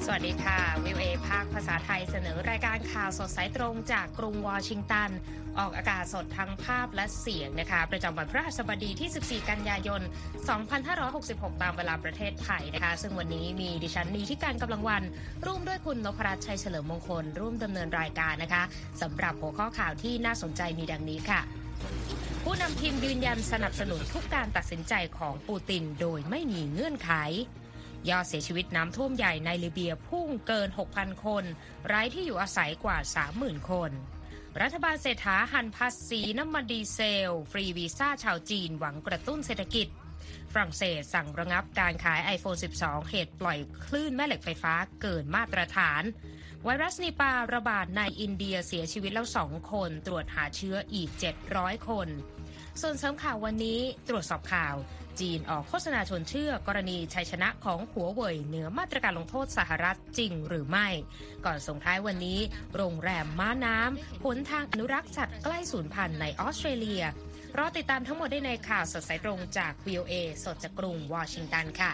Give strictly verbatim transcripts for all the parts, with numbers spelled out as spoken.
สวัสดีค่ะวิวเอภาคภาษาไทยเสนอรายการข่าวสดสายตรงจากกรุงวอชิงตันออกอากาศสดทั้งภาพและเสียงนะคะประจำวันพฤหัสบดีที่สิบสี่กันยายนสองพันห้าร้อยหกสิบหกตามเวลาประเทศไทยนะคะซึ่งวันนี้มีดิฉันนีที่การกำลังวันร่วมด้วยคุณนพรัตน์ชัยเฉลิมมงคลร่วมดำเนินรายการนะคะสำหรับหัวข้อข่าวที่น่าสนใจมีดังนี้ค่ะผู้นำทีมยืนยันสนับสนุนทุกการตัดสินใจของปูตินโดยไม่มีเงื่อนไขยอดเสียชีวิตน้ำท่วมใหญ่ในลิเบียพุ่งเกิน หกพัน คนไร้ที่อยู่อาศัยกว่า สามหมื่น คนรัฐบาลเศรษฐาหั่นภาษีน้ำมันดีเซลฟรีวีซ่าชาวจีนหวังกระตุ้นเศรษฐกิจฝรั่งเศสสั่งระงับการขาย ไอโฟน สิบสอง เหตุปล่อยคลื่นแม่เหล็กไฟฟ้าเกินมาตรฐานไวรัสนิปาระบาดในอินเดียเสียชีวิตแล้วสองคนตรวจหาเชื้ออีกเจ็ดร้อยคนส่วนเสริมข่าววันนี้ตรวจสอบข่าวจีนออกโฆษณาชวนเชื่อกรณีชัยชนะของหัวเว่ยเหนือมาตรการลงโทษสหรัฐจริงหรือไม่ก่อนส่งท้ายวันนี้โรงแรมม้าน้ำหนทางอนุรักษ์สัตว์ใกล้สูญพันธุ์ในออสเตรเลียรอติดตามทั้งหมดได้ในข่าวสดสายตรงจาก วี โอ เอ สดจากกรุงวอชิงตันค่ะ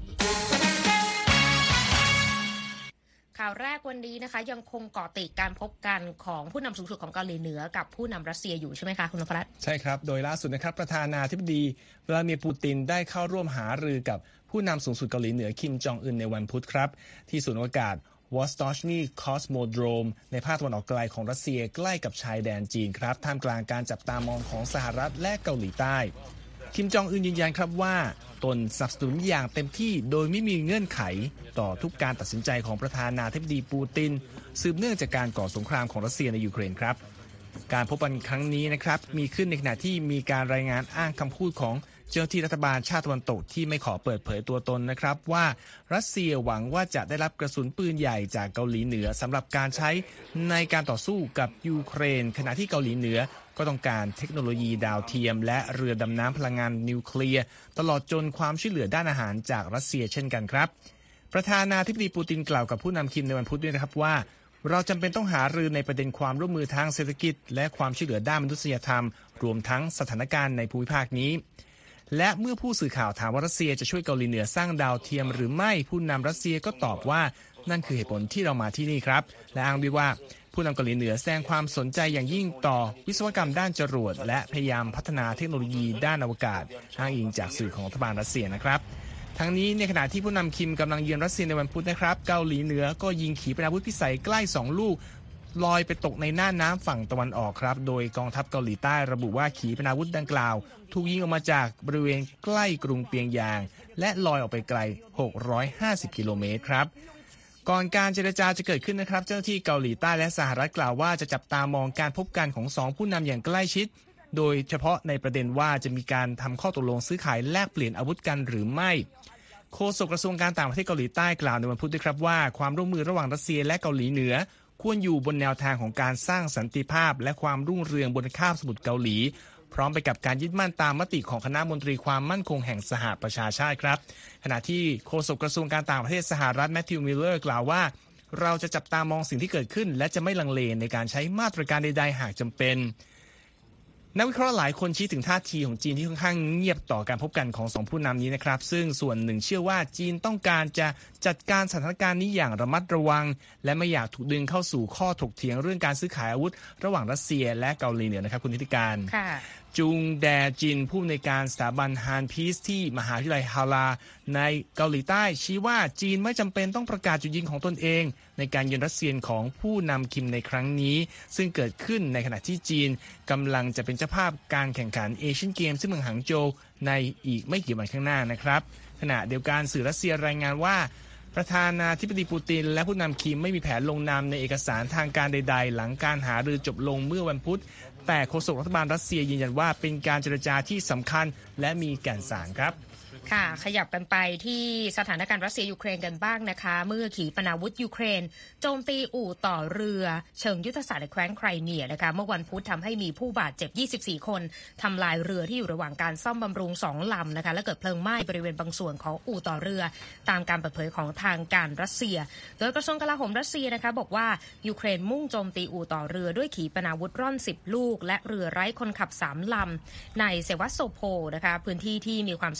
ข่าวแรกวันนี้นะคะยังคงเกาะติดการพบกันของผู้นำสูงสุดของเกาหลีเหนือกับผู้นำรัสเซียอยู่ใช่ไหมคะคุณนพรัตน์ใช่ครับโดยล่าสุดนะครับประธานาธิบดีวลาดิเมียร์ปูตินได้เข้าร่วมหารือกับผู้นำสูงสุดเกาหลีเหนือคิมจองอึนในวันพุธครับที่ศูนย์อวกาศวอสตอชนีคอสโมโดรมในภาคตะวันออกไกลของรัสเซียใกล้กับชายแดนจีนครับท่ามกลางการจับตามองของสหรัฐและเกาหลีใต้คิมจองอึนยืนยันครับว่าตนสนับสนุนอย่างเต็มที่โดยไม่มีเงื่อนไขต่อทุกการตัดสินใจของประธานาธิบดีปูตินสืบเนื่องจากการก่อสงครามของรัสเซียในยูเครนครับการพบกันครั้งนี้นะครับมีขึ้นในขณะที่มีการรายงานอ้างคำพูดของเจ้าหน้าที่รัฐบาลชาติตะวันตกที่ไม่ขอเปิดเผยตัวตนนะครับว่ารัสเซียหวังว่าจะได้รับกระสุนปืนใหญ่จากเกาหลีเหนือสำหรับการใช้ในการต่อสู้กับยูเครนขณะที่เกาหลีเหนือก็ต้องการเทคโนโลยีดาวเทียมและเรือดำน้ำพลังงานนิวเคลียร์ตลอดจนความช่วยเหลือด้านอาหารจากรัสเซียเช่นกันครับประธานาธิบดีปูตินกล่าวกับผู้นำคิมในวันพุธด้วยนะครับว่าเราจำเป็นต้องหารือในประเด็นความร่วมมือทางเศรษฐกิจและความช่วยเหลือด้านมนุษยธรรมรวมทั้งสถานการณ์ในภูมิภาคนี้และเมื่อผู้สื่อข่าวถามว่ารัสเซียจะช่วยเกาหลีเหนือสร้างดาวเทียมหรือไม่ผู้นำรัสเซียก็ตอบว่านั่นคือเหตุผลที่เรามาที่นี่ครับและอ้างด้วยว่าผู้นำเกาหลีเหนือแสดงความสนใจอย่างยิ่งต่อวิศวกรรมด้านจรวดและพยายามพัฒนาเทคโนโลยีด้านอวกาศอ้างอิงจากสื่อของรัฐบาลรัสเซียนะครับทั้งนี้ในขณะที่ผู้นำคิมกำลังเยือนรัสเซียในวันพุธนะครับเกาหลีเหนือก็ยิงขีปนาวุธพิสัยใกล้สองลูกลอยไปตกในน่านน้ำฝั่งตะวันออกครับโดยกองทัพเกาหลีใต้ระบุว่าขีปนาวุธดังกล่าวถูกยิงออกมาจากบริเวณใกล้กรุงเปียงยางและลอยออกไปไกลหกร้อยห้าสิบกิโลเมตรครับก่อนการเจรจาจะเกิดขึ้นนะครับเจ้าหน้าที่เกาหลีใต้และสหรัฐกล่าวว่าจะจับตามองการพบกันของสองผู้นำอย่างใกล้ชิดโดยเฉพาะในประเด็นว่าจะมีการทำข้อตกลงซื้อขายแลกเปลี่ยนอาวุธกันหรือไม่โฆษกกระทรวงการต่างประเทศเกาหลีใต้กล่าวในวันพุธด้วยครับว่าความร่วมมือระหว่างรัสเซียและเกาหลีเหนือควรอยู่บนแนวทางของการสร้างสันติภาพและความรุ่งเรืองบนคาบสมุทรเกาหลีพร้อมไปกับการยึดมั่นตามมติของคณะมนตรีความมั่นคงแห่งสหประชาชาติครับขณะที่โฆษกกระทรวงการต่างประเทศสหรัฐแมทธิวมิลเลอร์กล่าวว่าเราจะจับตามองสิ่งที่เกิดขึ้นและจะไม่ลังเลในการใช้มาตรการใดๆหากจำเป็นนักวิเคราะห์หลายคนชี้ถึงท่าทีของจีนที่ค่อนข้างเงียบต่อการพบกันของสองผู้นำนี้นะครับซึ่งส่วนหนึ่งเชื่อว่าจีนต้องการจะจัดการสถานการณ์นี้อย่างระมัดระวังและไม่อยากถูกดึงเข้าสู่ข้อถกเถียงเรื่องการซื้อขายอาวุธระหว่างรัสเซียและเกาหลีเหนือนะครับคุณธิติการจุงแดจินผู้อำนวยการสถาบันฮานพีซที่มหาวิทยาลัยฮาราในเกาหลีใต้ชี้ว่าจีนไม่จำเป็นต้องประกาศจุดยืนของตนเองในการเยือนรัสเซียของผู้นำคิมในครั้งนี้ซึ่งเกิดขึ้นในขณะที่จีนกำลังจะเป็นเจ้าภาพการแข่งขันเอเชียนเกมส์ที่เมืองหางโจวในอีกไม่กี่วันข้างหน้านะครับขณะเดียวกันสื่อรัสเซียรายงานว่าประธานาธิบดีปูตินและผู้นำคิมไม่มีแผนลงนามในเอกสารทางการใดๆหลังการหารือจบลงเมื่อวันพุธแต่โฆษกรัฐบาลรัสเซียยืนยันว่าเป็นการเจรจาที่สำคัญและมีแก่นสารครับค่ะขยับกันไปที่สถานการณ์รัสเซียยูเครนกันบ้างนะคะเมื่อขีปนาวุธยูเครนโจมตีอู่ต่อเรือเชิงยุทธศาสตร์ในแคว้นไครเมียนะคะเมื่อวันพุธทำให้มีผู้บาดเจ็บยี่สิบสี่คนทำลายเรือที่อยู่ระหว่างการซ่อมบำรุงสองลำนะคะและเกิดเพลิงไหม้บริเวณบางส่วนของอู่ต่อเรือตามการเปิดเผยของทางการรัสเซียโดยกระทรวงกลาโหมรัสเซียนะคะบอกว่ายูเครนมุ่งโจมตีอู่ต่อเรือด้วยขีปนาวุธร่อนสิบลูกและเรือไร้คนขับสามลำในเซวัสโซโพนะคะพื้นที่ที่มีความสำคัญส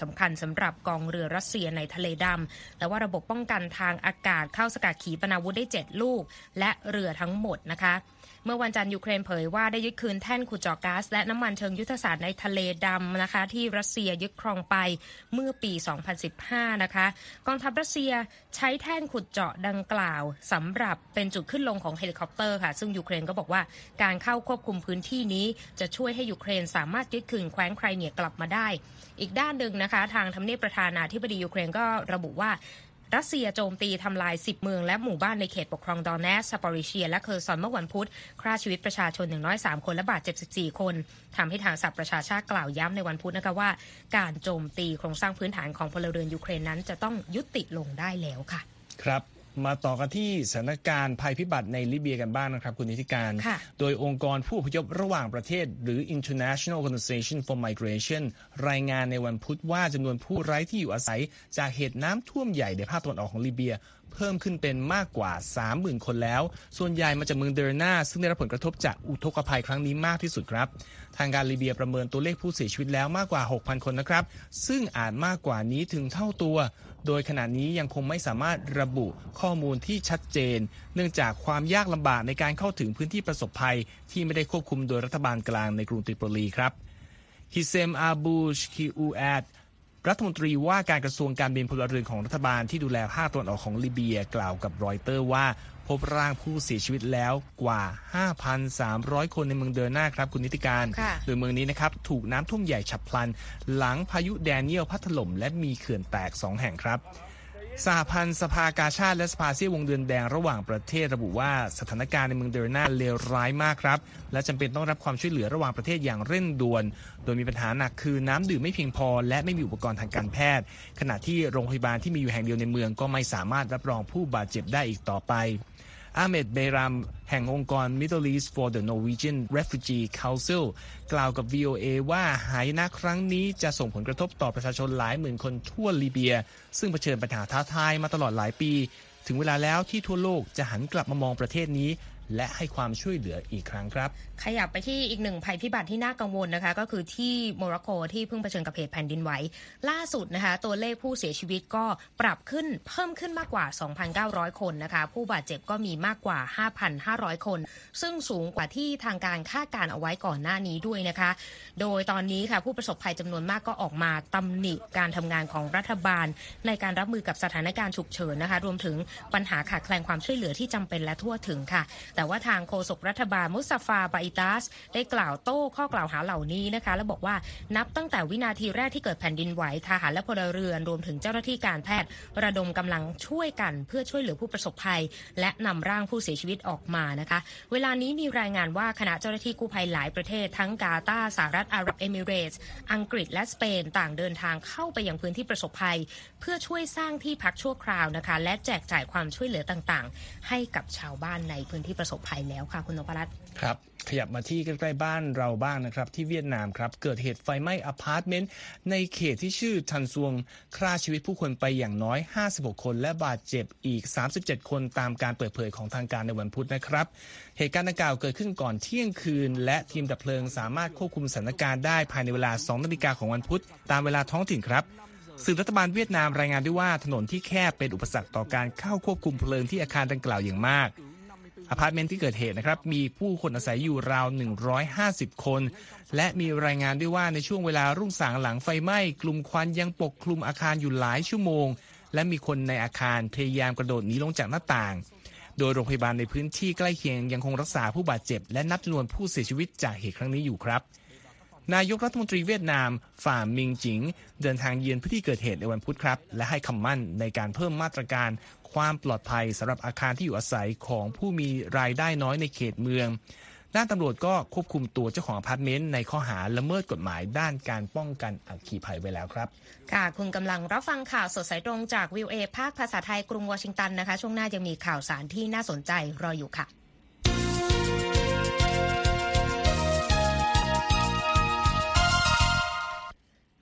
ำหรับกองเรือรัสเซียในทะเลดำและว่าระบบป้องกันทางอากาศเข้าสกัดขีปนาวุธได้เจ็ดลูกและเรือทั้งหมดนะคะเมื่อวันจันทร์ยูเครนเผยว่าได้ยึดคืนแท่นขุดเจาะก๊าซและน้ำมันเชิงยุทธศาสตร์ในทะเลดำนะคะที่รัสเซียยึดครองไปเมื่อปี สองพันสิบห้า นะคะกองทัพรัสเซียใช้แท่นขุดเจาะดังกล่าวสำหรับเป็นจุดขึ้นลงของเฮลิคอปเตอร์ค่ะซึ่งยูเครนก็บอกว่าการเข้าควบคุมพื้นที่นี้จะช่วยให้ยูเครนสามารถยึดคืนแคว้นไครเมียกลับมาได้อีกด้านหนึ่งนะคะทางทำเนียบประธานาธิบดียูเครนก็ระบุว่ารัสเซียโจมตีทำลายสิบเมืองและหมู่บ้านในเขตปกครองดอนเนสซาปอริเชียและเคอร์ซอนเมื่อวันพุธฆ่าชีวิตประชาชนอย่างน้อยสามคนและบาดเจ็บสิบสี่คนทำให้ทางสหประชาชาติกล่าวย้ำในวันพุธนะคะว่าการโจมตีโครงสร้างพื้นฐานของพลเรือนยูเครนนั้นจะต้องยุติลงได้แล้วค่ะครับมาต่อกันที่สถานการณ์ภัยพิบัติในลิเบียกันบ้างนะครับคุณนิติการโดยองค์กรผู้อพยพระหว่างประเทศหรือ International Organization for Migration รายงานในวันพุธว่าจำนวนผู้ไร้ที่อยู่อาศัยจากเหตุน้ำท่วมใหญ่ในภาคตะวันออกของลิเบียเพิ่มขึ้นเป็นมากกว่า สามหมื่น คนแล้วส่วนใหญ่มาจากเมืองเดอร์นาซึ่งได้รับผลกระทบจากอุทกภัยครั้งนี้มากที่สุดครับทางการลิเบียประเมินตัวเลขผู้เสียชีวิตแล้วมากกว่า หกพัน คนนะครับซึ่งอาจมากกว่านี้ถึงเท่าตัวโดยขณะนี้ยังคงไม่สามารถระบุข้อมูลที่ชัดเจนเนื่องจากความยากลำบากในการเข้าถึงพื้นที่ประสบภัยที่ไม่ได้ควบคุมโดยรัฐบาลกลางในกรุงตริโปลีครับฮิเซมอาบูชคิอูแอดรัฐมนตรีว่าการกระทรวงการบินพลเรือนของรัฐบาลที่ดูแลภาคตะวันออกของลิเบียกล่าวกับรอยเตอร์ว่าพบร่างผู้เสียชีวิตแล้วกว่า ห้าพันสามร้อย คนในเมืองเดอร์นาครับคุณนิติการโดยเมืองนี้นะครับถูกน้ำท่วมใหญ่ฉับพลันหลังพายุแดเนียลพัดถล่มและมีเขื่อนแตกสองแห่งครับสหพันธ์สภากาชาติและสภาเซี่ยวงเดือนแดงระหว่างประเทศระบุว่าสถานการณ์ในเมืองเดอร์นาเลวร้ายมากครับและจำเป็นต้องรับความช่วยเหลือระหว่างประเทศอย่างเร่งด่วนโดยมีปัญหาหนักคือน้ำดื่มไม่เพียงพอและไม่มีอุปกรณ์ทางการแพทย์ขณะที่โรงพยาบาลที่มีอยู่แห่งเดียวในเมืองก็ไม่สามารถรับรองผู้บาดเจ็บได้อีกต่อไปอาเมดเบรามแห่งองค์กร Middle East for the Norwegian Refugee Council กล่าวกับ วี โอ เอ ว่าหายนะครั้งนี้จะส่งผลกระทบต่อประชาชนหลายหมื่นคนทั่วลิเบียซึ่งเผชิญปัญหาท้าทายมาตลอดหลายปีถึงเวลาแล้วที่ทั่วโลกจะหันกลับมามองประเทศนี้และให้ความช่วยเหลืออีกครั้งครับขยับไปที่อีกหนึ่งภัยพิบัติที่น่ากังวลนะคะก็คือที่โมร็อกโกที่เพิ่งเผชิญกับเหตุแผ่นดินไหวล่าสุดนะคะตัวเลขผู้เสียชีวิตก็ปรับขึ้นเพิ่มขึ้นมากกว่า สองพันเก้าร้อย คนนะคะผู้บาดเจ็บก็มีมากกว่า ห้าพันห้าร้อย คนซึ่งสูงกว่าที่ทางการคาดการเอาไว้ก่อนหน้านี้ด้วยนะคะโดยตอนนี้ค่ะผู้ประสบภัยจำนวนมากก็ออกมาตำหนิการทำงานของรัฐบาลในการรับมือกับสถานการณ์ฉุกเฉินนะคะรวมถึงปัญหาขาดแคลนความช่วยเหลือที่จำเป็นและทั่วถึงค่ะแต่ว่าทางโฆษกรัฐบาลมุสตาฟาบาอิตัสได้กล่าวโต้ข้อกล่าวหาเหล่านี้นะคะและบอกว่านับตั้งแต่วินาทีแรกที่เกิดแผ่นดินไหวทหารและพลเรือนรวมถึงเจ้าหน้าที่การแพทย์ระดมกำลังช่วยกันเพื่อช่วยเหลือผู้ประสบภัยและนำร่างผู้เสียชีวิตออกมานะคะเวลานี้มีรายงานว่าคณะเจ้าหน้าที่กู้ภัยหลายประเทศทั้งกาตาร์สหรัฐอาหรับเอมิเรตส์อังกฤษและสเปนต่างเดินทางเข้าไปยังพื้นที่ประสบภัยเพื่อช่วยสร้างที่พักชั่วคราวนะคะและแจกจ่ายความช่วยเหลือต่างๆให้กับชาวบ้านในพื้นที่ประสบภัยแล้วค่ะคุณนพรัตน์ครับขยับมาที่ใกล้ๆบ้านเราบ้างนะครับที่เวียดนามครับเกิดเหตุไฟไหม้อพาร์ตเมนต์ในเขตที่ชื่อทันซวงฆ่าชีวิตผู้คนไปอย่างน้อยห้าสิบหกคนและบาดเจ็บอีกสามสิบเจ็ดคนตามการเปิดเผยของทางการในวันพุธนะครับเหตุการณ์ดังกล่าวเกิดขึ้นก่อนเที่ยงคืนและทีมดับเพลิงสามารถควบคุมสถานการณ์ได้ภายในเวลาสองนาฬิกาของวันพุธตามเวลาท้องถิ่นครับสื่อรัฐบาลเวียดนามรายงานด้วยว่าถนนที่แคบเป็นอุปสรรคต่อการเข้าควบคุมเพลิงที่อาคารดังกล่าวอย่างมากอพาร์ตเมนต์ที่เกิดเหตุนะครับมีผู้คนอาศัยอยู่ราวหนึ่งร้อยห้าสิบคนและมีรายงานด้วยว่าในช่วงเวลารุ่งสางหลังไฟไหม้กลุ่มควันยังปกคลุมอาคารอยู่หลายชั่วโมงและมีคนในอาคารพยายามกระโดดหนีลงจากหน้าต่างโดยโรงพยาบาลในพื้นที่ใกล้เคียงยังคงรักษาผู้บาดเจ็บและนับจำนวนผู้เสียชีวิตจากเหตุครั้งนี้อยู่ครับนายกรัฐมนตรีเวียดนามฝ่ามิงจิงเดินทางเยือนพื้นที่เกิดเหตุในวันพุธครับและให้คำมั่นในการเพิ่มมาตรการความปลอดภัยสำหรับอาคารที่อยู่อาศัยของผู้มีรายได้น้อยในเขตเมืองด้านตำรวจก็ควบคุมตัวเจ้าของอพาร์ตเมนต์ในข้อหาละเมิดกฎหมายด้านการป้องกันอัคคีภัยไว้แล้วครับค่ะคุณกำลังรับฟังข่าวสดสายตรงจาก วี โอ เอ ภาคภาษาไทยกรุงวอชิงตันนะคะช่วงหน้ายังมีข่าวสารที่น่าสนใจรออยู่ค่ะ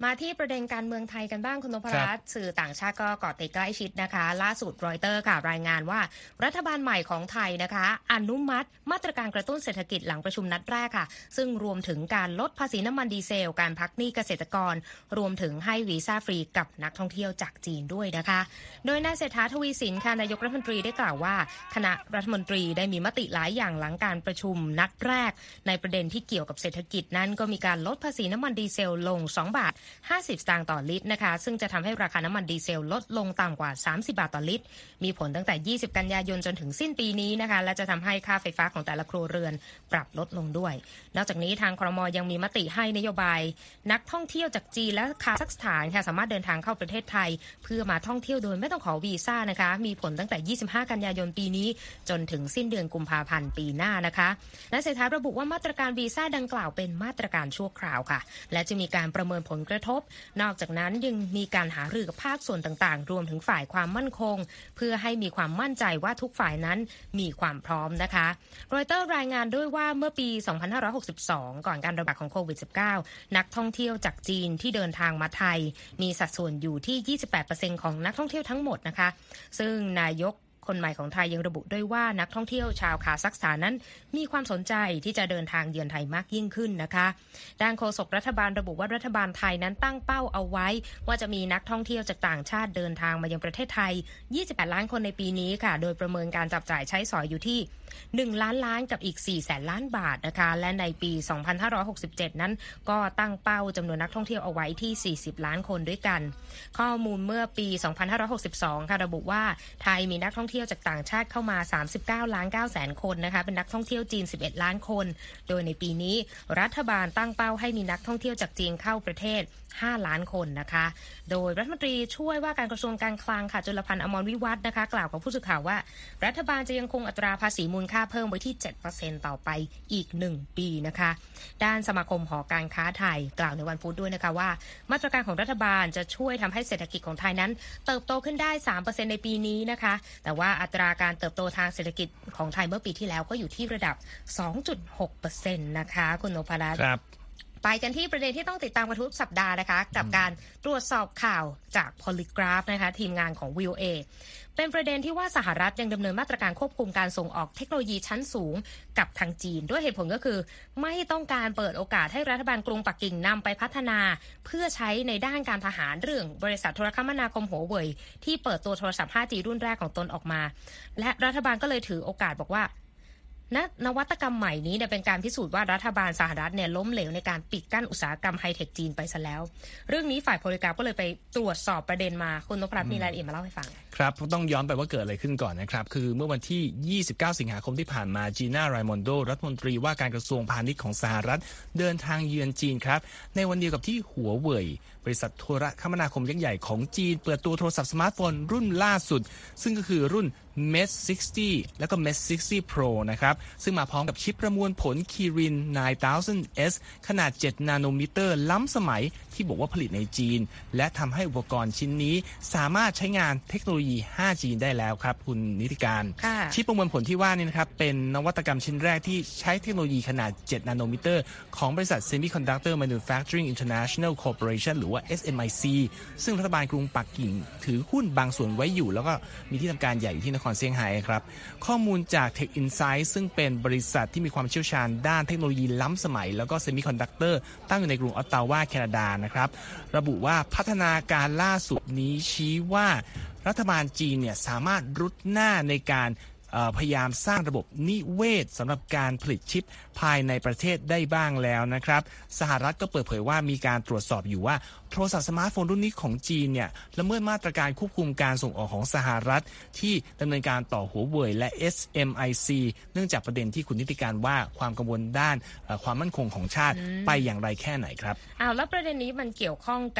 มาที่ประเด็นการเมืองไทยกันบ้างคุณนพรัตน์สื่อต่างชาติก็เกาะติดใกล้ชิดนะคะล่าสุดรอยเตอร์ค่ะรายงานว่ารัฐบาลใหม่ของไทยนะคะอนุมัติมาตรการกระตุ้นเศรษฐกิจหลังประชุมนัดแรกค่ะซึ่งรวมถึงการลดภาษีน้ำมันดีเซลการพักหนี้เกษตรกรรวมถึงให้วีซ่าฟรีกับนักท่องเที่ยวจากจีนด้วยนะคะโดยนายเศรษฐาทวีสินค่ะนายกรัฐมนตรีได้กล่าวว่าคณะรัฐมนตรีได้มีมติหลายอย่างหลังการประชุมนัดแรกในประเด็นที่เกี่ยวกับเศรษฐกิจนั้นก็มีการลดภาษีน้ำมันดีเซลลงสองบาทห้าสิบสตางค์ต่อลิตรนะคะซึ่งจะทำให้ราคาน้ำมันดีเซลลดลงต่ำกว่าสามสิบบาทต่อลิตรมีผลตั้งแต่ยี่สิบกันยายนจนถึงสิ้นปีนี้นะคะและจะทำให้ค่าไฟฟ้าของแต่ละครัวเรือนปรับลดลงด้วยนอกจากนี้ทางครม.ยังมีมติให้นโยบายนักท่องเที่ยวจากจีนและคาซัคสถานค่ะสามารถเดินทางเข้าประเทศไทยเพื่อมาท่องเที่ยวโดยไม่ต้องขอวีซ่านะคะมีผลตั้งแต่ยี่สิบห้ากันยายนปีนี้จนถึงสิ้นเดือนกุมภาพันธ์ปีหน้านะคะนายเศรษฐาระบุว่ามาตรการวีซ่าดังกล่าวเป็นมาตรการชั่วคราวค่ะและจะมีการประเมินผลกระทบนอกจากนั้นยังมีการหารือกับภาคส่วนต่างๆรวมถึงฝ่ายความมั่นคงเพื่อให้มีความมั่นใจว่าทุกฝ่ายนั้นมีความพร้อมนะคะรอยเตอร์รายงานด้วยว่าเมื่อปีสองพันห้าร้อยหกสิบสองก่อนการระบาดของโควิด สิบเก้า นักท่องเที่ยวจากจีนที่เดินทางมาไทยมีสัดส่วนอยู่ที่ ยี่สิบแปดเปอร์เซ็นต์ ของนักท่องเที่ยวทั้งหมดนะคะซึ่งนายกคนใหม่ของไทยยังระบุด้วยว่านักท่องเที่ยวชาวคาซัคสถานนั้นมีความสนใจที่จะเดินทางเยือนไทยมากยิ่งขึ้นนะคะด้านโฆษกรัฐบาลระบุว่ารัฐบาลไทยนั้นตั้งเป้าเอาไว้ว่าจะมีนักท่องเที่ยวจากต่างชาติเดินทางมายังประเทศไทยยี่สิบแปดล้านคนในปีนี้ค่ะโดยประเมินการจับจ่ายใช้สอยอยู่ที่หนึ่งล้านล้านกับอีกสี่แสนล้านบาทนะคะและในปีสองพันห้าร้อยหกสิบเจ็ดนั้นก็ตั้งเป้าจำนวนนักท่องเที่ยวเอาไว้ที่สี่สิบล้านคนด้วยกันข้อมูลเมื่อปีสองพันห้าร้อยหกสิบสองค่ะระบุว่าไทยมีนักท่องเที่ยวจากต่างชาติเข้ามาสามสิบเก้าล้านเก้าแสนคนนะคะเป็นนักท่องเที่ยวจีนสิบเอ็ดล้านคนโดยในปีนี้รัฐบาลตั้งเป้าให้มีนักท่องเที่ยวจากจีนเข้าประเทศห้าล้านคนนะคะโดยรัฐมนตรีช่วยว่าการกระทรวงการคลังค่ะจุลพันธ์อมรวิวัฒน์นะคะกล่าวกับผู้สื่อข่าวว่ารัฐบาลจะยังคงอัตราภาษีมูลค่าเพิ่มไว้ที่ เจ็ดเปอร์เซ็นต์ ต่อไปอีกหนึ่งปีนะคะด้านสมาคมหอการค้าไทยกล่าวในวันพุธด้วยนะคะว่ามาตรการของรัฐบาลจะช่วยทำให้เศรษฐกิจของไทยนั้นเติบโตขึ้นได้ สามเปอร์เซ็นต์ ในปีนี้นะคะแต่ว่าอัตราการเติบโตทางเศรษฐกิจของไทยเมื่อปีที่แล้วก็อยู่ที่ระดับ สองจุดหกเปอร์เซ็นต์ นะคะคุณนพรัตน์ครับไปกันที่ประเด็นที่ต้องติดตามกันทุกสัปดาห์นะคะกับการตรวจสอบข่าวจาก Polygraph นะคะทีมงานของ วี โอ เอ เป็นประเด็นที่ว่าสหรัฐยังดำเนินมาตรการควบคุมการส่งออกเทคโนโลยีชั้นสูงกับทางจีนด้วยเหตุผลก็คือไม่ต้องการเปิดโอกาสให้รัฐบาลกรุงปักกิ่งนำไปพัฒนาเพื่อใช้ในด้านการทหารเรื่องบริษัทโทรคมนาคมหัวเว่ยที่เปิดตัวโทรศัพท์ ห้าจี รุ่นแรกของตนออกมาและรัฐบาลก็เลยถือโอกาสบอกว่านวัตกรรมใหม่นี้เนี่ยเป็นการพิสูจน์ว่ารัฐบาลสหรัฐเนี่ยล้มเหลวในการปิดกั้นอุตสาหกรรมไฮเทคจีนไปซะแล้วเรื่องนี้ฝ่ายโพลิกราฟก็เลยไปตรวจสอบประเด็นมาคุณนพรัตน์มีรายละเอียดมาเล่าให้ฟังครับต้องย้อนไปว่าเกิดอะไรขึ้นก่อนนะครับคือเมื่อวันที่ยี่สิบเก้าสิงหาคมที่ผ่านมาจีน่าไรมอนโดรัฐมนตรีว่าการกระทรวงพาณิชย์ของสหรัฐเดินทางเยือนจีนครับในวันเดียวกับที่หัวเว่ยบริษัทโทรคมนาคมยักษ์ใหญ่ของจีนเปิดตัวโทรศัพท์สมาร์ทโฟนรุ่นล่าสุดซึ่งก็คือรุ่น Mate ซิกซ์ตี้ แล้วก็ Mate ซิกซ์ตี้ Pro นะครับซึ่งมาพร้อมกับชิปประมวลผล Kirin ไนน์พัน เอส ขนาดเจ็ดนาโนมิเตอร์ล้ำสมัยที่บอกว่าผลิตในจีนและทำให้อุปกรณ์ชิ้นนี้สามารถใช้งานเทคโนโลยี ห้าจี ได้แล้วครับคุณนิติการชิปประมวลผลที่ว่านี่นะครับเป็นนวัตกรรมชิ้นแรกที่ใช้เทคโนโลยีขนาดเจ็ดนาโนมิเตอร์ของบริษัท Semiconductor Manufacturing International Corporation หรือว่า เอส เอ็ม ไอ ซี ซึ่งรัฐบาลกรุงปักกิ่งถือหุ้นบางส่วนไว้อยู่แล้วก็มีที่ทำการใหญ่อยู่ที่นครเซี่ยงไฮ้ครับข้อมูลจาก Tech Insight ซึ่งเป็นบริษัทที่มีความเชี่ยวชาญด้านเทคโนโลยีล้ำสมัยแล้วก็ Semiconductor ตั้งอยู่ในกรุงออตตาวาแคนาดานะครับระบุว่าพัฒนาการล่าสุดนี้ชี้ว่ารัฐบาลจีนเนี่ยสามารถรุดหน้าในการพยายามสร้างระบบนิเวศสำหรับการผลิตชิปภายในประเทศได้บ้างแล้วนะครับสหรัฐก็เปิดเผยว่ามีการตรวจสอบอยู่ว่าโทรศัพท์สมาร์ทโฟนรุ่นนี้ของจีนเนี่ยละเมิดมาตรการควบคุมการส่งออกของสหรัฐที่ดำเนินการต่อหัวเว่ยและ เอส เอ็ม ไอ ซี เนื่องจากประเด็นที่คุณนิติการว่าความกังวลด้านความมั่นคงของชาติไปอย่างไรแค่ไหนครับอ้าวแล้วประเด็นนี้มันเกี่ยวข้องกับ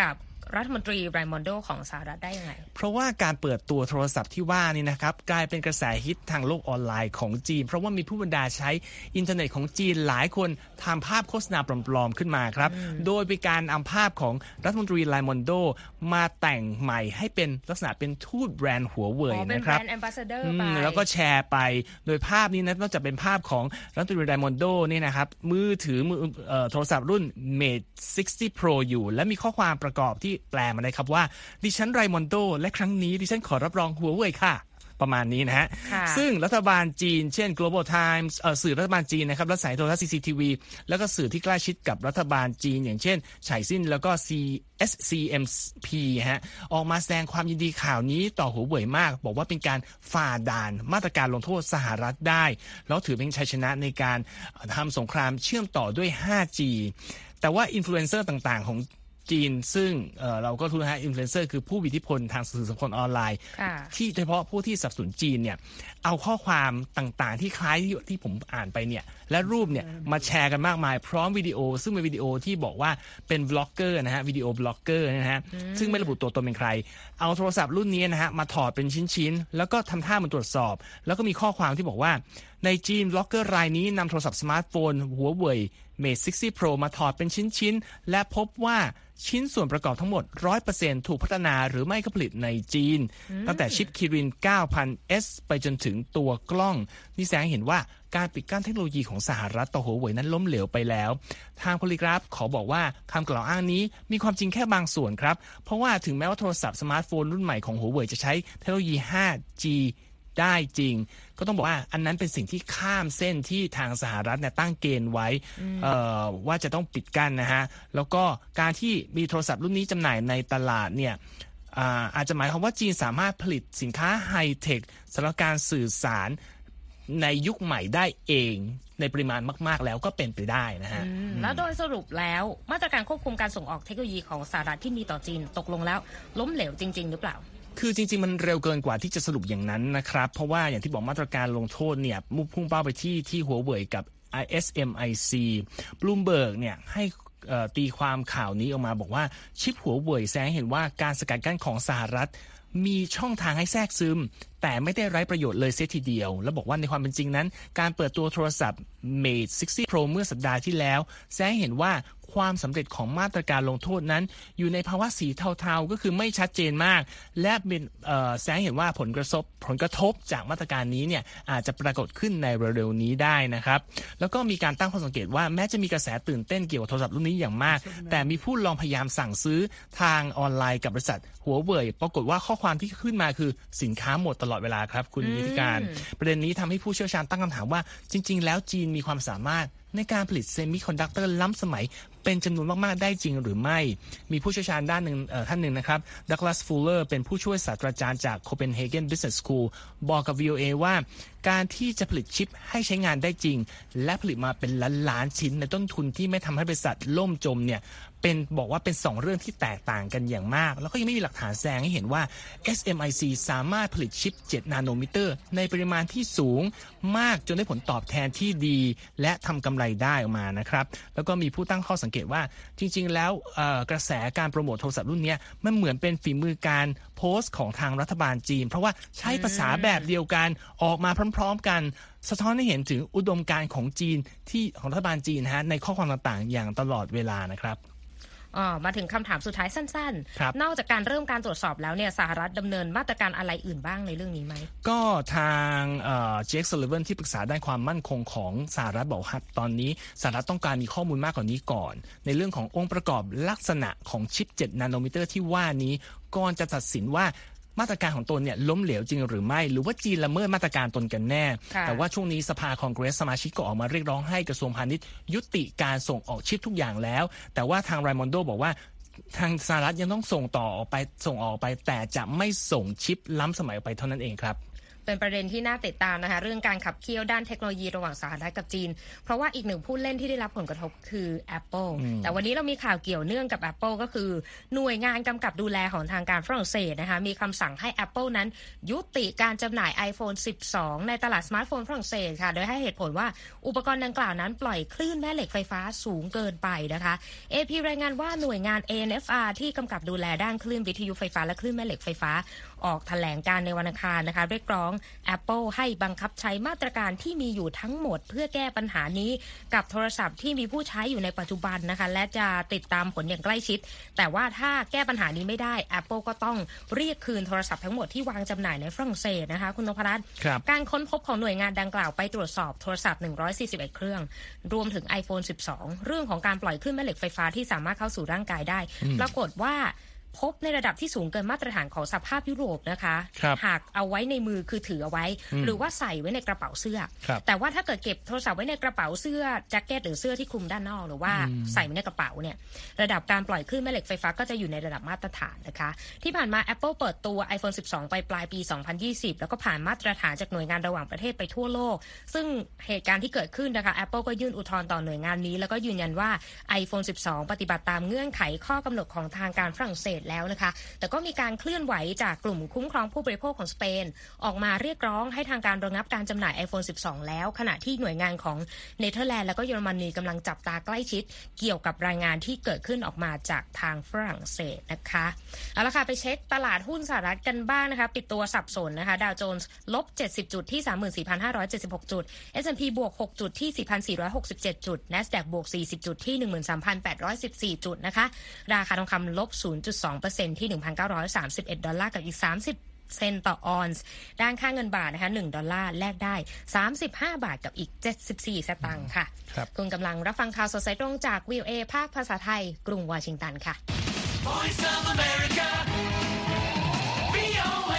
รัฐมนตรีไรมอนโดของสหรัฐได้ยังไงเพราะว่าการเปิดตัวโทรศัพท์ที่ว่านี่นะครับกลายเป็นกระแสฮิตทางโลกออนไลน์ของจีนเพราะว่ามีผู้บรรดาใช้อินเทอร์เน็ตของจีนหลายคนทำภาพโฆษณาปลอมๆขึ้นมาครับโดยเป็นการเอาภาพของรัฐมนตรีไรมอนโดมาแต่งใหม่ให้เป็นลักษณะเป็นทูตแบรนด์หัวเว่ยนะครับเป็นแบรนด์แอมบาสเดอร์ไปแล้วก็แชร์ไปโดยภาพนี้นะนอกจากเป็นภาพของรัฐมนตรีไรมอนโดนี่นะครับมือถือมือโทรศัพท์รุ่น Mate ซิกตี้ Pro อยู่และมีข้อความประกอบที่แปลมาได้ครับว่าดิฉันไรมอนโดและครั้งนี้ดิฉันขอรับรองหัวเว่ยค่ะประมาณนี้นะฮะซึ่งรัฐบาลจีนเช่น Global Times เอ่อสื่อรัฐบาลจีนนะครับและสายโทรทัศน์ ซี ซี ที วี แล้วก็สื่อที่ใกล้ชิดกับรัฐบาลจีนอย่างเช่นไฉซิ่นแล้วก็ เอส ซี เอ็ม พี ฮะออกมาแสดงความยินดีข่าวนี้ต่อหัวเว่ยมากบอกว่าเป็นการฝ่าด่านมาตรการลงโทษสหรัฐได้แล้วถือเป็นชัยชนะในการทำสงครามเชื่อมต่อด้วย ห้าจี แต่ว่าอินฟลูเอนเซอร์ต่างๆของจีนซึ่ง เ, เราก็รู้นะฮะอินฟลูเอนเซอร์คือผู้มีอิทธิพลทางสื่อสังคมออนไลน์ที่โดยเฉพาะผู้ที่สนับสนุนจีนเนี่ยเอาข้อความต่างๆที่คล้ายที่ที่ผมอ่านไปเนี่ยและรูปเนี่ยมาแชร์กันมากมายพร้อมวิดีโอซึ่งเป็นวิดีโอที่บอกว่าเป็นบล็อกเกอร์นะฮะวิดีโอบล็อกเกอร์นะฮะซึ่งไม่ระบุตัวตนเป็นใครเอาโทรศัพท์รุ่นนี้นะฮะมาถอดเป็นชิ้นๆแล้วก็ทำท่ามันตรวจสอบแล้วก็มีข้อความที่บอกว่าในจีนบล็อกเกอร์รายนี้นำโทรศัพท์สมาร์ทโฟนหัวเว่ย Mate ซิกตี้ Pro มาถอดเป็นชิ้นๆและพบว่าชิ้นส่วนประกอบทั้งหมด ร้อยเปอร์เซ็นต์ ถูกพัฒนาหรือไม่ก็ผลิตในจีนตั้งแต่ชิปคิริน เก้าพันเอส ไปจนถึงตัวกล้องนี่แสดงเห็นว่าการปิดกั้นเทคโนโลยีของสหรัฐต่อหัวเว่ยนั้นล้มเหลวไปแล้วทางโพลีกราฟขอบอกว่าคำกล่าวอ้างนี้มีความจริงแค่บางส่วนครับเพราะว่าถึงแม้ว่าโทรศัพท์สมาร์ทโฟนรุ่นใหม่ของหัวเว่ยจะใช้เทคโนโลยี ห้าจี ได้จริงก็ต้องบอกว่าอันนั้นเป็นสิ่งที่ข้ามเส้นที่ทางสหรัฐเนี่ยตั้งเกณฑ์ไว้ว่าจะต้องปิดกั้นนะฮะแล้วก็การที่มีโทรศัพท์รุ่นนี้จำหน่ายในตลาดเนี่ย อาอาจจะหมายความว่าจีนสามารถผลิตสินค้าไฮเทคสำหรับการสื่อสารในยุคใหม่ได้เองในปริมาณมากๆแล้วก็เป็นไปได้นะฮะแล้วโดยสรุปแล้วมาตรการควบคุมการส่งออกเทคโนโลยีของสหรัฐที่มีต่อจีนตกลงแล้วล้มเหลวจริงๆหรือเปล่าคือจริงๆมันเร็วเกินกว่าที่จะสรุปอย่างนั้นนะครับเพราะว่าอย่างที่บอกมาตรการลงโทษเนี่ยมุ่งพุ่งเป้าไปที่ที่หัวเว่ยกับ เอส เอ็ม ไอ ซี Bloomberg เนี่ยให้ตีความข่าวนี้ออกมาบอกว่าชิปหัวเว่ยแสดงให้เห็นว่าการสกัดกั้นของสหรัฐมีช่องทางให้แทรกซึมแต่ไม่ได้ไร้ประโยชน์เลยเสียทีเดียวแล้วบอกว่าในความเป็นจริงนั้นการเปิดตัวโทรศัพท์ Mate ซิกตี้ Pro เมื่อสัปดาห์ที่แล้วแสดงให้เห็นว่าความสำเร็จของมาตรการลงโทษนั้นอยู่ในภาวะสีเทาๆก็คือไม่ชัดเจนมากและเป็นแสดงให้เห็นว่าผลกระทบผลกระทบจากมาตรการนี้เนี่ยอาจจะปรากฏขึ้นในเร็วๆนี้ได้นะครับแล้วก็มีการตั้งข้อสังเกตว่าแม้จะมีกระแสตื่นเต้นเกี่ยวกับโทรศัพท์รุ่นนี้อย่างมากแต่มีผู้ลองพยายามสั่งซื้อทางออนไลน์กับบริษัทหัวเว่ยปรากฏว่าข้อความที่ขึ้นมาคือสินค้าหมดตลอดเวลาครับคุณนิติการประเด็นนี้ทำให้ผู้เชี่ยวชาญตั้งคำถามว่าจริงๆแล้วจีนมีความสามารถในการผลิตเซมิคอนดักเตอร์ล้ำสมัยเป็นจำนวนมากๆได้จริงหรือไม่มีผู้เชี่ยวชาญด้านหนึ่งท่านหนึ่งนะครับดักลาสฟูลเลอร์เป็นผู้ช่วยศาสตราจารย์จาก Copenhagen Business School บอกกับ วี โอ เอ ว่าการที่จะผลิตชิปให้ใช้งานได้จริงและผลิตมาเป็นล้านๆชิ้นในต้นทุนที่ไม่ทำให้บริษัทล่มจมเนี่ยเป็นบอกว่าเป็นสองเรื่องที่แตกต่างกันอย่างมากแล้วก็ยังไม่มีหลักฐานแสดงให้เห็นว่า เอส เอ็ม ไอ ซี สามารถผลิตชิปเจ็ดนาโนมิเตอร์ในปริมาณที่สูงมากจนได้ผลตอบแทนที่ดีและทำกำไรได้ออกมานะครับแล้วก็มีผู้ตั้งข้อสังเกตว่าจริงๆแล้วกระแสการโปรโมทโทรศัพท์รุ่นนี้มันเหมือนเป็นฝีมือการโพสต์ของทางรัฐบาลจีนเพราะว่าใช้ภาษาแบบเดียวกันออกมาพร้อมๆกันสะท้อนให้เห็นถึงอุดมการณ์ของจีนที่ของรัฐบาลจีนนะฮะในข้อความต่างๆอย่างตลอดเวลานะครับอ๋อมาถึงคำถามสุดท้ายสั้นๆนอกจากการเริ่มการตรวจสอบแล้วเนี่ยสหรัฐดำเนินมาตรการอะไรอื่นบ้างในเรื่องนี้ไหมก็ทางเจค ซัลลิวันที่ปรึกษาด้านความมั่นคงของสหรัฐบอกว่าตอนนี้สหรัฐต้องการมีข้อมูลมากกว่านี้ก่อนในเรื่องขององค์ประกอบลักษณะของชิปเจ็ดนาโนมิเตอร์ที่ว่านี้ก่อนจะตัดสินว่ามาตรการของตนเนี่ยล้มเหลวจริงหรือไม่หรือว่าจีนละเมิดมาตรการตนกันแน่แต่ว่าช่วงนี้สภาคองเกรสสมาชิกก็ออกมาเรียกร้องให้กระทรวงพาณิชย์ยุติการส่งออกชิปทุกอย่างแล้วแต่ว่าทางไรมอนโดบอกว่าทางสหรัฐยังต้องส่งต่อออกไปส่งออกไปแต่จะไม่ส่งชิปล้ำสมัยออกไปเท่านั้นเองครับเป็นประเด็นที่น่าติดตามนะคะเรื่องการขับเคี่ยวด้านเทคโนโลยีระหว่างสหรัฐกับจีนเพราะว่าอีกหนึ่งผู้เล่นที่ได้รับผลกระทบคือ Apple แต่วันนี้เรามีข่าวเกี่ยวเนื่องกับ Apple ก็คือหน่วยงานกำกับดูแลของทางการฝรั่งเศสนะคะมีคำสั่งให้ Apple นั้นยุติการจำหน่าย iPhone สิบสอง ในตลาดสมาร์ทโฟนฝรั่งเศสค่ะโดยให้เหตุผลว่าอุปกรณ์ดังกล่าวนั้นปล่อยคลื่นแม่เหล็กไฟฟ้าสูงเกินไปนะคะ เอ พี รายงานว่าหน่วยงาน เอ เอ็น เอฟ อาร์ ที่กำกับดูแลด้านคลื่นวิทยุไฟฟ้าและคลื่นแม่เหล็กไฟฟ้าออกแถลงการในวันอังคารนะคะเรียกร้อง Apple ให้บังคับใช้มาตรการที่มีอยู่ทั้งหมดเพื่อแก้ปัญหานี้กับโทรศัพท์ที่มีผู้ใช้อยู่ในปัจจุบันนะคะและจะติดตามผลอย่างใกล้ชิดแต่ว่าถ้าแก้ปัญหานี้ไม่ได้ Apple ก็ต้องเรียกคืนโทรศัพท์ทั้งหมดที่วางจำหน่ายในฝรั่งเศสนะคะคุณนพรัตน์การค้นพบของหน่วยงานดังกล่าวไปตรวจสอบโทรศัพท์หนึ่งร้อยสี่สิบเอ็ดเครื่องรวมถึง iPhone สิบสอง เรื่องของการปล่อยคลื่นแม่เหล็กไฟฟ้าที่สามารถเข้าสู่ร่างกายได้ปรากฏว่าพบในระดับที่สูงเกินมาตรฐานของสหภาพยุโรปนะคะหากเอาไว้ในมือคือถือเอาไว้หรือว่าใส่ไว้ในกระเป๋าเสื้อแต่ว่าถ้าเกิดเก็บโทรศัพท์ไว้ในกระเป๋าเสื้อแจ็คเก็ตหรือเสื้อที่คลุมด้านนอกหรือว่าใส่ไว้ในกระเป๋าเนี่ยระดับการปล่อยคลื่นแม่เหล็กไฟฟ้าก็จะอยู่ในระดับมาตรฐานนะคะที่ผ่านมา Apple เปิดตัว iPhone สิบสอง ไปปลายปีสองพันยี่สิบแล้วก็ผ่านมาตรฐานจากหน่วยงานระหว่างประเทศไปทั่วโลกซึ่งเหตุการณ์ที่เกิดขึ้นนะคะ Apple ก็ยื่นอุทธรณ์ต่อหน่วยงานนี้แล้วก็ยืนยันว่า iPhone สิบสอง ปฏิบัติตามเงื่อนไขข้อกำหนดของทางการฝรั่งเศสแล้วนะคะแต่ก็มีการเคลื่อนไหวจากกลุ่มคุ้มครองผู้บริโภคของสเปนออกมาเรียกร้องให้ทางการระงับการจำหน่าย iPhone สิบสอง แล้วขณะที่หน่วยงานของเนเธอร์แลนด์และก็เยอรมนีกำลังจับตาใกล้ชิดเกี่ยวกับรายงานที่เกิดขึ้นออกมาจากทางฝรั่งเศสนะคะเอาละค่ะไปเช็คตลาดหุ้นสหรัฐกันบ้างนะคะปิดตัวสับสนนะคะดาวโจนส์ลบเจ็ดสิบจุดที่ สามหมื่นสี่พันห้าร้อยเจ็ดสิบหก จุด เอส แอนด์ พี บวกหกจุดที่ สี่พันสี่ร้อยหกสิบเจ็ด จุด NASDAQ บวกสี่สิบจุดที่ หนึ่งหมื่นสามพันแปดร้อยสิบสี่ จุดนะคะราคาทองคำลบ ศูนย์จุดสองเปอร์เซ็นต์ ที่ หนึ่งพันเก้าร้อยสามสิบเอ็ด ดอลลาร์กับอีกสามสิบเซนต์ต่อออนซ์ด้านค่าเงินบาทนะคะหนึ่งดอลลาร์แลกได้สามสิบห้าบาทกับอีกเจ็ดสิบสี่สตางค์ค่ะคุณกำลังรับฟังข่าวสดสายตรงจาก วี โอ เอ ภาคภาษาไทยกรุงวอชิงตันค่ะ Voice of America วี โอ เอ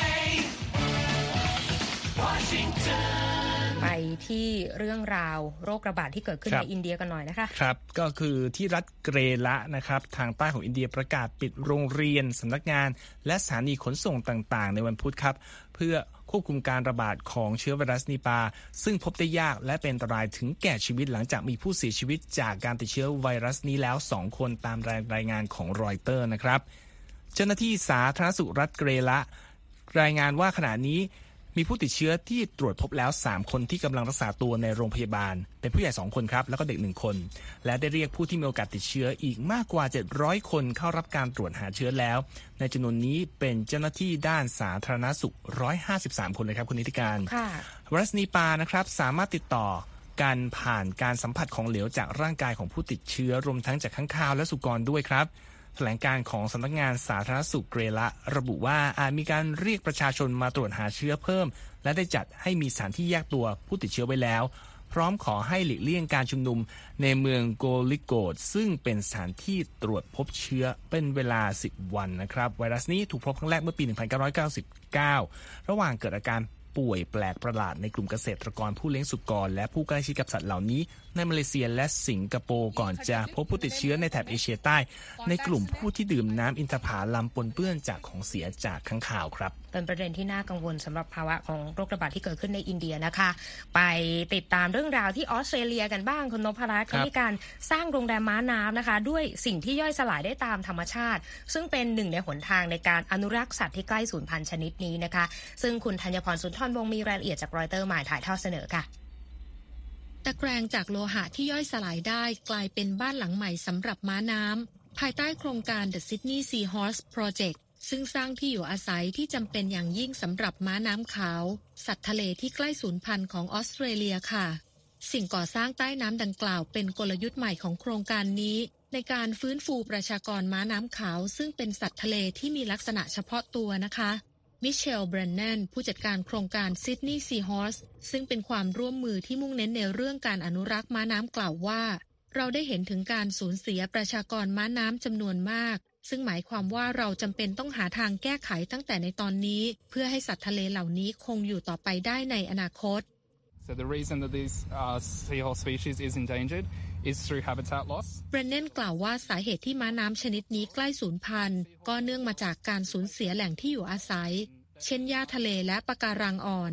Washingtonไปที่เรื่องราวโรคระบาดที่เกิดขึ้นในอินเดียกันหน่อยนะคะครับก็คือที่รัฐเกเรละนะครับทางใต้ของอินเดียประกาศปิดโรงเรียนสำนักงานและสถานีขนส่งต่างๆในวันพุธครับเพื่อควบคุมการระบาดของเชื้อไวรัสนิปาซึ่งพบได้ยากและเป็นอันตรายถึงแก่ชีวิตหลังจากมีผู้เสียชีวิตจากการติดเชื้อไวรัสนี้แล้วสองคนตามรายงานของรอยเตอร์นะครับเจ้าหน้าที่สาธารณสุขรัฐเกเรละรายงานว่าขณะนี้มีผู้ติดเชื้อที่ตรวจพบแล้วสามคนที่กำลังรักษาตัวในโรงพยาบาลเป็นผู้ใหญ่สองคนครับแล้วก็เด็กหนึ่งคนและได้เรียกผู้ที่มีโอกาสติดเชื้ออีกมากกว่าเจ็ดร้อยคนเข้ารับการตรวจหาเชื้อแล้วในจำนวนนี้เป็นเจ้าหน้าที่ด้านสาธารณสุขหนึ่งร้อยห้าสิบสามคนเลยครับคุณนิติการไวรัสนิปานะครับสามารถติดต่อการผ่านการสัมผัสของเหลวจากร่างกายของผู้ติดเชื้อรวมทั้งจากค้างคาวและสุกรด้วยครับแถลงการของสำนักงานสาธารณสุขเกเรละระบุว่าอาจมีการเรียกประชาชนมาตรวจหาเชื้อเพิ่มและได้จัดให้มีสถานที่แยกตัวผู้ติดเชื้อไว้แล้วพร้อมขอให้หลีกเลี่ยงการชุมนุมในเมืองโกลิโกดซึ่งเป็นสถานที่ตรวจพบเชื้อเป็นเวลาสิบวันนะครับไวรัสนี้ถูกพบครั้งแรกเมื่อปีหนึ่งพันเก้าร้อยเก้าสิบเก้าระหว่างเกิดอาการป่วยแปลกประหลาดในกลุ่มเกษตรกรผู้เลี้ยงสุกรและผู้ใกล้ชิดกับสัตว์เหล่านี้ในมาเลเซียและสิงคโปร์ก่อนจะพบผู้ติดเชื้อในแถบเอเชียใต้ในกลุ่มผู้ที่ดื่มน้ำอินทผลัมปนเปื้อนจากของเสียจากค้างคาวครับเป็นประเด็นที่น่ากังวลสำหรับภาวะของโรคระบาดที่เกิดขึ้นในอินเดียนะคะไปติดตามเรื่องราวที่ออสเตรเลียกันบ้างคุณนพรัตน์เขามีการสร้างโรงแรมม้าน้ำนะคะด้วยสิ่งที่ย่อยสลายได้ตามธรรมชาติซึ่งเป็นหนึ่งในหนทางในการอนุรักษ์สัตว์ที่ใกล้สูญพันธุ์ชนิดนี้นะคะซึ่งคุณธัญพรสุนทรวงศ์มีรายละเอียดจากรอยเตอร์มาถ่ายทอดเสนอค่ะตะแกรงจากโลหะที่ย่อยสลายได้กลายเป็นบ้านหลังใหม่สำหรับม้าน้ำภายใต้โครงการ The Sydney Seahorse Project ซึ่งสร้างที่อยู่อาศัยที่จำเป็นอย่างยิ่งสำหรับม้าน้ำขาวสัตว์ทะเลที่ใกล้สูญพันธุ์ของออสเตรเลียค่ะสิ่งก่อสร้างใต้น้ำดังกล่าวเป็นกลยุทธ์ใหม่ของโครงการนี้ในการฟื้นฟูประชากรม้าน้ำขาวซึ่งเป็นสัตว์ทะเลที่มีลักษณะเฉพาะตัวนะคะมิเชล แบรนแนนผู้จัดการโครงการ Sydney Seahorse ซึ่งเป็นความร่วมมือที่มุ่งเน้นในเรื่องการอนุรักษ์ม้าน้ำกล่าวว่าเราได้เห็นถึงการสูญเสียประชากรม้าน้ำจำนวนมากซึ่งหมายความว่าเราจำเป็นต้องหาทางแก้ไขตั้งแต่ในตอนนี้เพื่อให้สัตว์ทะเลเหล่านี้คงอยู่ต่อไปได้ในอนาคต So the reason that this uh, seahorse species is endangered is through habitat loss. แบรนแนนกล่าวว่าสาเหตุที่ม้าน้ำชนิดนี้ใกล้สูญพันธุ์ก็เนื่องมาจากการสูญเสียแหล่งที่อยู่อาศัยเช่นหญ้าทะเลและปะการังอ่อน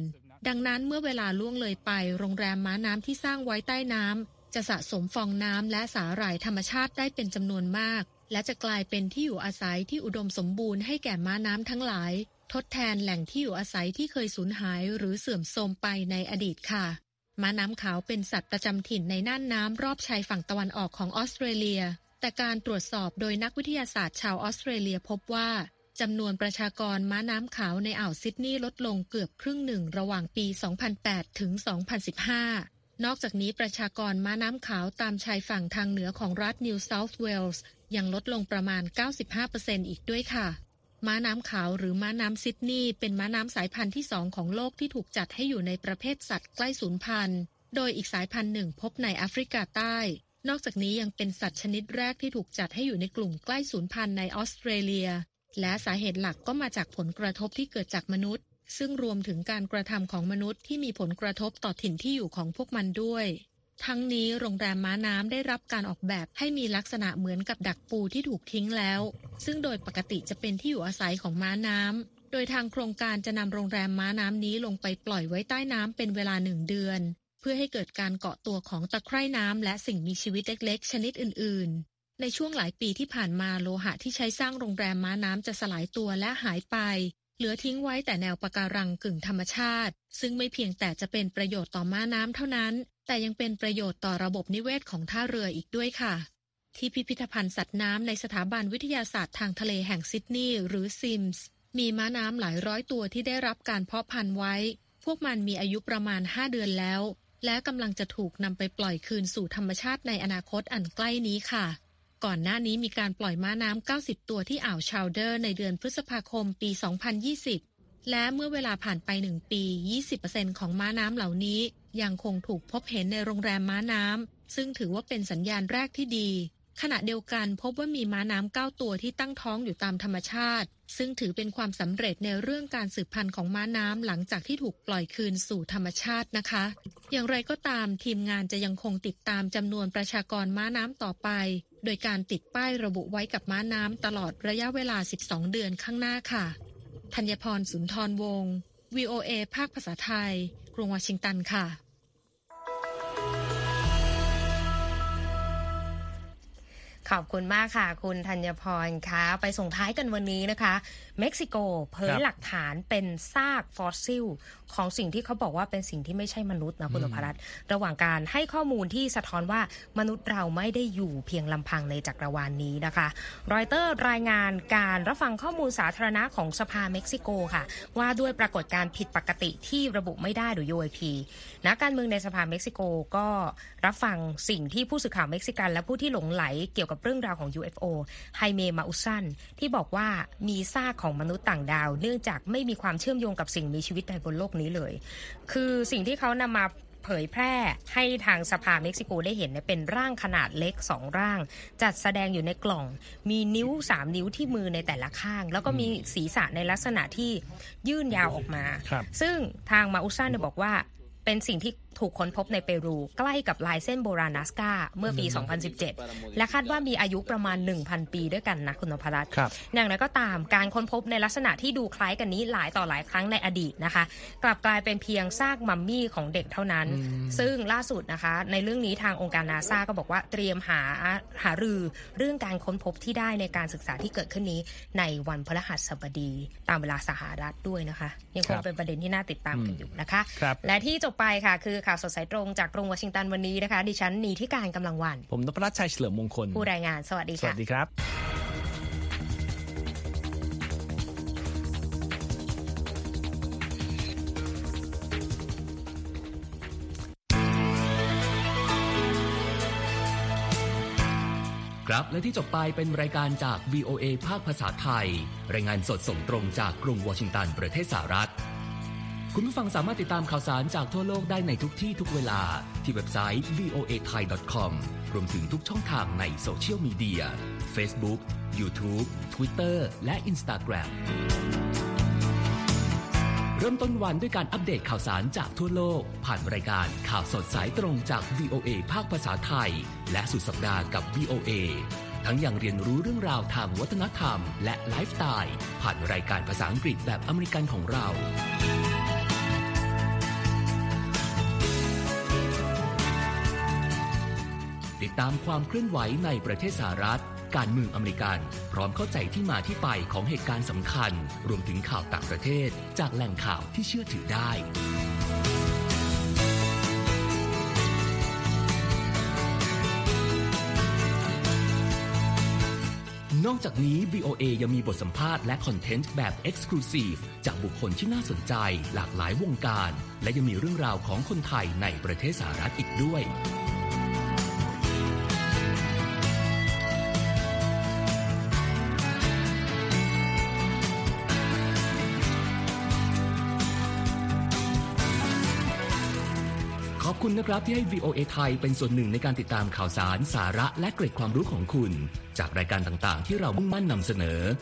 ดังนั้นเมื่อเวลาล่วงเลยไปโรงแรมม้าน้ำที่สร้างไว้ใต้น้ำจะสะสมฟองน้ำและสาหร่ายธรรมชาติได้เป็นจำนวนมากและจะกลายเป็นที่อยู่อาศัยที่อุดมสมบูรณ์ให้แก่ม้าน้ำทั้งหลายทดแทนแหล่งที่อยู่อาศัยที่เคยสูญหายหรือเสื่อมโทรมไปในอดีตค่ะม้าน้ำขาวเป็นสัตว์ประจำถิ่นในน่านน้ำรอบชายฝั่งตะวันออกของออสเตรเลียแต่การตรวจสอบโดยนักวิทยาศาสตร์ชาวออสเตรเลียพบว่าจำนวนประชากรม้าน้ำขาวในอ่าวซิดนีย์ลดลงเกือบครึ่งหนึ่งระหว่างปี สองพันแปด ถึง สองพันสิบห้า นอกจากนี้ประชากรม้าน้ำขาวตามชายฝั่งทางเหนือของรัฐนิวเซาท์เวลส์ยังลดลงประมาณ เก้าสิบห้าเปอร์เซ็นต์ อีกด้วยค่ะม้าน้ำขาวหรือม้าน้ำซิดนีย์เป็นม้าน้ำสายพันธุ์ที่สองของโลกที่ถูกจัดให้อยู่ในประเภทสัตว์ใกล้สูญพันธุ์โดยอีกสายพันธุ์หนึ่งพบในแอฟริกาใต้นอกจากนี้ยังเป็นสัตว์ชนิดแรกที่ถูกจัดให้อยู่ในกลุ่มใกล้สูญพันธุ์ในออสเตรเลียและสาเหตุหลักก็มาจากผลกระทบที่เกิดจากมนุษย์ซึ่งรวมถึงการกระทำของมนุษย์ที่มีผลกระทบต่อถิ่นที่อยู่ของพวกมันด้วยทั้งนี้โรงแรมม้าน้ำได้รับการออกแบบให้มีลักษณะเหมือนกับดักปูที่ถูกทิ้งแล้วซึ่งโดยปกติจะเป็นที่อยู่อาศัยของม้าน้ำโดยทางโครงการจะนำโรงแรมม้าน้ำนี้ลงไปปล่อยไว้ใต้น้ำเป็นเวลาหนึ่งเดือนเพื่อให้เกิดการเกาะตัวของตะไคร่น้ำและสิ่งมีชีวิตเล็กๆชนิดอื่นๆในช่วงหลายปีที่ผ่านมาโลหะที่ใช้สร้างโรงแรมม้าน้ำจะสลายตัวและหายไปเหลือทิ้งไว้แต่แนวปะการังกึ่งธรรมชาติซึ่งไม่เพียงแต่จะเป็นประโยชน์ต่อม้าน้ำเท่านั้นแต่ยังเป็นประโยชน์ต่อระบบนิเวศของท่าเรืออีกด้วยค่ะที่พิพิธภัณฑ์สัตว์น้ำในสถาบันวิทยาศาสตร์ทางทะเลแห่งซิดนีย์หรือซิมส์มีม้าน้ำหลายร้อยตัวที่ได้รับการเพาะพันธุ์ไว้พวกมันมีอายุประมาณห้าเดือนแล้วและกำลังจะถูกนำไปปล่อยคืนสู่ธรรมชาติในอนาคตอันใกล้นี้ค่ะก่อนหน้านี้มีการปล่อยม้าน้ำเก้าสิบตัวที่อ่าวชาวเดอร์ในเดือนพฤษภาคมปีสองพันยี่สิบและเมื่อเวลาผ่านไปหนึ่งปี ยี่สิบเปอร์เซ็นต์ ของม้าน้ำเหล่านี้ยังคงถูกพบเห็นในโรงแรมม้าน้ำซึ่งถือว่าเป็นสัญญาณแรกที่ดีขณะเดียวกันพบว่ามีม้าน้ำเก้าตัวที่ตั้งท้องอยู่ตามธรรมชาติซึ่งถือเป็นความสำเร็จในเรื่องการสืบพันธุ์ของม้าน้ำหลังจากที่ถูกปล่อยคืนสู่ธรรมชาตินะคะอย่างไรก็ตามทีมงานจะยังคงติดตามจำนวนประชากรม้าน้ำต่อไปโดยการติดป้ายระบุไว้กับม้าน้ำตลอดระยะเวลาสิบสองเดือนข้างหน้าค่ะธัญพรสุนทรวงศ์ วี โอ เอ ภาคภาษาไทยกรุงวอชิงตันค่ะขอบคุณมากค่ะคุณธัญพรคะไปส่งท้ายกันวันนี้นะคะเม็กซิโกเผยหลักฐานเป็นซากฟอสซิลของสิ่งที่เขาบอกว่าเป็นสิ่งที่ไม่ใช่มนุษย์นะคุณอภรัตน์ระหว่างการให้ข้อมูลที่สะท้อนว่ามนุษย์เราไม่ได้อยู่เพียงลำพังในจักรวาล น, นี้นะคะรอยเตอร์รายงานการรับฟังข้อมูลสาธารณะของสภาเม็กซิโกค่ะว่าด้วยปรากฏการณ์ผิดปกติที่ระบุไม่ได้หรือ ยู เอ พี นักการเมืองในสภาเม็กซิโกก็รับฟังสิ่งที่ผู้สื่อข่าวเม็กซิกันและผู้ที่หลงไหลเกี่ยวกับเรื่องราวของ ยู เอฟ โอ ไฮเม มาอุซันที่บอกว่ามีซากของมนุษย์ต่างดาวเนื่องจากไม่มีความเชื่อมโยงกับสิ่งมีชีวิตใดบนโลกนี้เลยคือสิ่งที่เขานำมาเผยแพร่ให้ทางสภาเม็กซิโกได้เห็นเป็นร่างขนาดเล็กสองร่างจัดแสดงอยู่ในกล่องมีนิ้วสามนิ้วที่มือในแต่ละข้างแล้วก็มีศีรษะในลักษณะที่ยื่นยาวออกมาซึ่งทางมาอุซันเนี่ยบอกว่าเป็นสิ่งที่ถูกค้นพบในเปรูใกล้กับลายเส้นโบราณนัสกาเมื่อปีสองพันสิบเจ็ดและคาดว่ามีอายุประมาณ หนึ่งพัน ปีด้วยกันนะคุณนพรัตน์อย่างไรก็ตามการค้นพบในลักษณะที่ดูคล้ายกันนี้หลายต่อหลายครั้งในอดีตนะคะกลับกลายเป็นเพียงซากมัมมี่ของเด็กเท่านั้นซึ่งล่าสุดนะคะในเรื่องนี้ทางองค์การนาซาก็บอกว่าเตรียมหาหารือเรื่องการค้นพบที่ได้ในการศึกษาที่เกิดขึ้นนี้ในวันพฤหัสบดีตามเวลาสหรัฐด้วยนะคะยังคงเป็นประเด็นที่น่าติดตามกันอยู่นะคะและที่จบไปค่ะคือข่าวสดสายตรงจากกรุงวอชิงตันวันนี้นะคะดิฉันนีที่การกำลังวันผมนพรัตน์ชัยเฉลิมมงคลผู้รายงานสวัสดีค่ะสวัสดีครับครับและที่จบไปเป็นรายการจาก วี โอ เอ ภาคภาษาไทยรายงานสดส่งตรงจากกรุงวอชิงตันประเทศสหรัฐคุณผู้ฟังสามารถติดตามข่าวสารจากทั่วโลกได้ในทุกที่ทุกเวลาที่เว็บไซต์ วี โอ เอ ไทย ดอท คอม รวมถึงทุกช่องทางในโซเชียลมีเดีย Facebook, YouTube, Twitter และ Instagram เริ่มต้นวันด้วยการอัปเดตข่าวสารจากทั่วโลกผ่านรายการข่าวสดสายตรงจาก วี โอ เอ ภาคภาษาไทยและสุดสัปดาห์กับ วี โอ เอ ทั้งยังเรียนรู้เรื่องราวทางวัฒนธรรมและไลฟ์สไตล์ผ่านรายการภาษาอังกฤษแบบอเมริกันของเราติดตามความเคลื่อนไหวในประเทศสหรัฐการเมืองอเมริกันพร้อมเข้าใจที่มาที่ไปของเหตุการณ์สำคัญรวมถึงข่าวต่างประเทศจากแหล่งข่าวที่เชื่อถือได้นอกจากนี้ วี โอ เอ ยังมีบทสัมภาษณ์และคอนเทนต์แบบ Exclusive จากบุคคลที่น่าสนใจหลากหลายวงการและยังมีเรื่องราวของคนไทยในประเทศสหรัฐอีกด้วยขอบคุณนะครับที่ให้ วี โอ เอ ไทยเป็นส่วนหนึ่งในการติดตามข่าวสารสาระและเกร็ดความรู้ของคุณจากรายการต่างๆที่เรามุ่งมั่นนำเสนอ